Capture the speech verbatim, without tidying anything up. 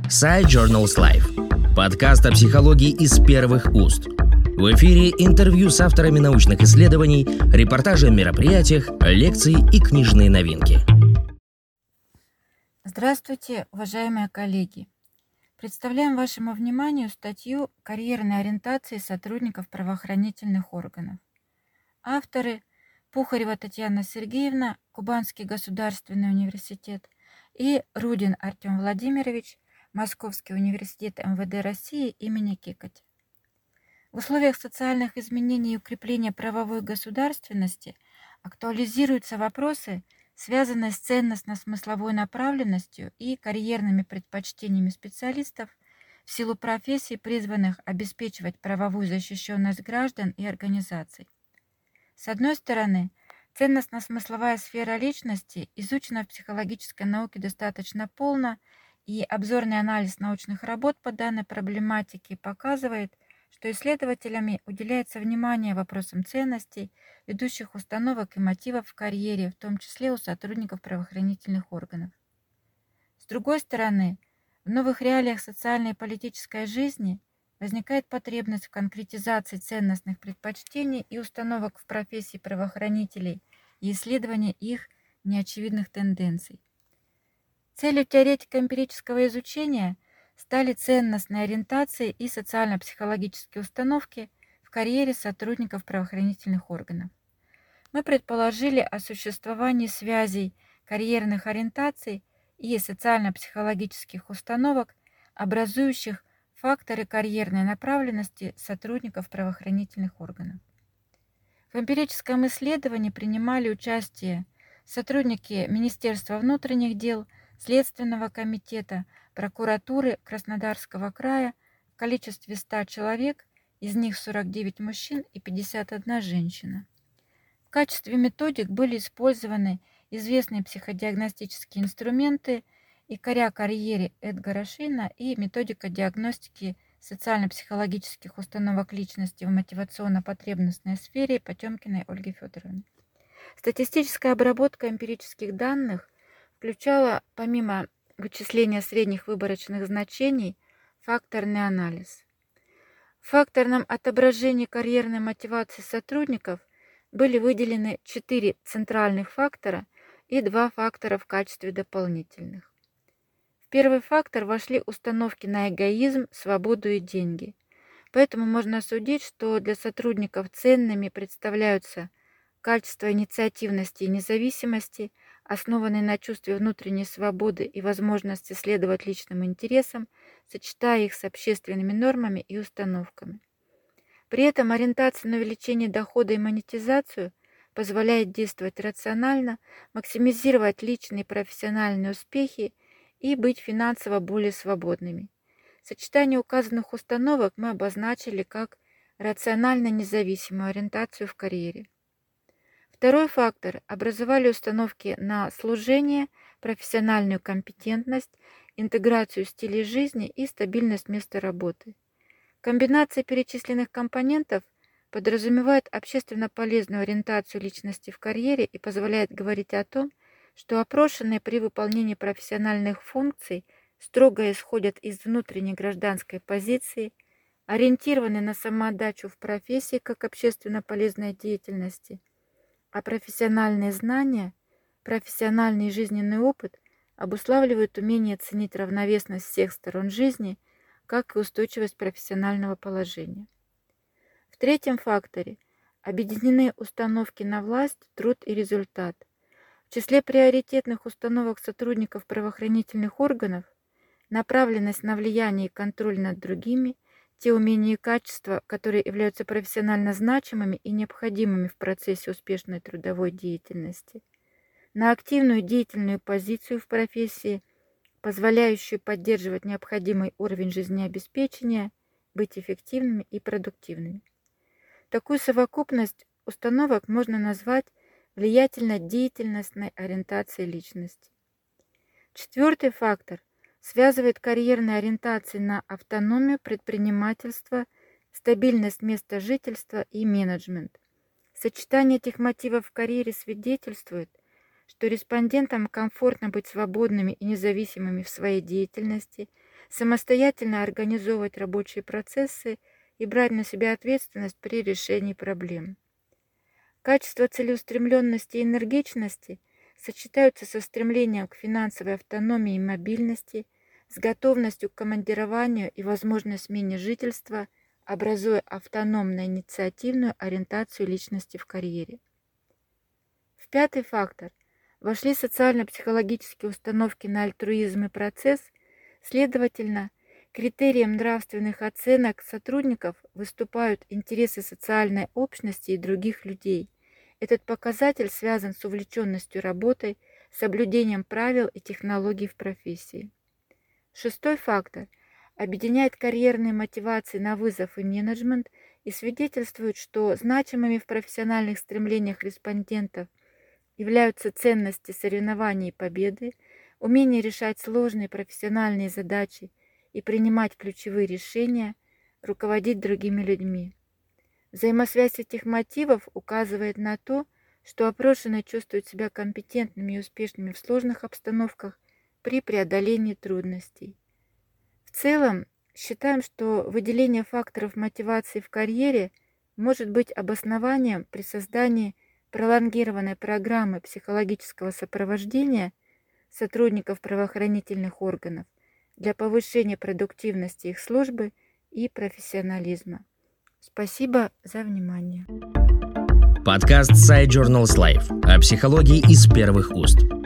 Side Journals Life. Подкаст о психологии из первых уст. В эфире интервью с авторами научных исследований, репортажи о мероприятиях, лекции и книжные новинки. Здравствуйте, уважаемые коллеги! Представляем вашему вниманию статью «Карьерной ориентации сотрудников правоохранительных органов». Авторы – Пухарева Татьяна Сергеевна, Кубанский государственный университет, и Рудин Артем Владимирович, Московский университет эм вэ дэ России имени Кекоть. В условиях социальных изменений и укрепления правовой государственности актуализируются вопросы, связанные с ценностно-смысловой направленностью и карьерными предпочтениями специалистов в силу профессий, призванных обеспечивать правовую защищенность граждан и организаций. С одной стороны, ценностно-смысловая сфера личности изучена в психологической науке достаточно полно, и обзорный анализ научных работ по данной проблематике показывает, что исследователями уделяется внимание вопросам ценностей, ведущих установок и мотивов в карьере, в том числе у сотрудников правоохранительных органов. С другой стороны, в новых реалиях социальной и политической жизни возникает потребность в конкретизации ценностных предпочтений и установок в профессии правоохранителей и исследования их неочевидных тенденций. Целью теоретика эмпирического изучения стали ценностные ориентации и социально-психологические установки в карьере сотрудников правоохранительных органов. Мы предположили о существовании связей карьерных ориентаций и социально-психологических установок, образующих факторы карьерной направленности сотрудников правоохранительных органов. В эмпирическом исследовании принимали участие сотрудники Министерства внутренних дел, Следственного комитета, прокуратуры Краснодарского края в количестве ста человек, из них сорок девять мужчин и пятьдесят одна женщина. В качестве методик были использованы известные психодиагностические инструменты «Икоря карьере» Эдгара Шина и методика диагностики социально-психологических установок личности в мотивационно-потребностной сфере Потемкиной Ольги Федоровны. Статистическая обработка эмпирических данных включала, помимо вычисления средних выборочных значений, факторный анализ. В факторном отображении карьерной мотивации сотрудников были выделены четыре центральных фактора и два фактора в качестве дополнительных. В первый фактор вошли установки на эгоизм, свободу и деньги. Поэтому можно судить, что для сотрудников ценными представляются качество инициативности и независимости, основанные на чувстве внутренней свободы и возможности следовать личным интересам, сочетая их с общественными нормами и установками. При этом ориентация на увеличение дохода и монетизацию позволяет действовать рационально, максимизировать личные и профессиональные успехи и быть финансово более свободными. Сочетание указанных установок мы обозначили как рационально независимую ориентацию в карьере. Второй фактор образовали установки на служение, профессиональную компетентность, интеграцию стилей жизни и стабильность места работы. Комбинация перечисленных компонентов подразумевает общественно полезную ориентацию личности в карьере и позволяет говорить о том, что опрошенные при выполнении профессиональных функций строго исходят из внутренней гражданской позиции, ориентированы на самоотдачу в профессии как общественно полезной деятельности, а профессиональные знания, профессиональный и жизненный опыт обуславливают умение ценить равновесность всех сторон жизни, как и устойчивость профессионального положения. В третьем факторе объединены установки на власть, труд и результат. В числе приоритетных установок сотрудников правоохранительных органов направленность на влияние и контроль над другими, те умения и качества, которые являются профессионально значимыми и необходимыми в процессе успешной трудовой деятельности, на активную деятельную позицию в профессии, позволяющую поддерживать необходимый уровень жизнеобеспечения, быть эффективными и продуктивными. Такую совокупность установок можно назвать влиятельно-деятельностной ориентацией личности. Четвертый фактор связывает карьерные ориентации на автономию, предпринимательство, стабильность места жительства и менеджмент. Сочетание этих мотивов в карьере свидетельствует, что респондентам комфортно быть свободными и независимыми в своей деятельности, самостоятельно организовывать рабочие процессы и брать на себя ответственность при решении проблем. Качества целеустремленности и энергичности сочетаются со стремлением к финансовой автономии и мобильности, с готовностью к командированию и возможной смене жительства, образуя автономно-инициативную ориентацию личности в карьере. В пятый фактор вошли социально-психологические установки на альтруизм и процесс, следовательно, критерием нравственных оценок сотрудников выступают интересы социальной общности и других людей. Этот показатель связан с увлеченностью работой, соблюдением правил и технологий в профессии. Шестой фактор объединяет карьерные мотивации на вызов и менеджмент и свидетельствует, что значимыми в профессиональных стремлениях респондентов являются ценности соревнований и победы, умение решать сложные профессиональные задачи и принимать ключевые решения, руководить другими людьми. Взаимосвязь этих мотивов указывает на то, что опрошенные чувствуют себя компетентными и успешными в сложных обстановках при преодолении трудностей. В целом, считаем, что выделение факторов мотивации в карьере может быть обоснованием при создании пролонгированной программы психологического сопровождения сотрудников правоохранительных органов для повышения продуктивности их службы и профессионализма. Спасибо за внимание. Подкаст Side Journals Life о психологии из первых уст.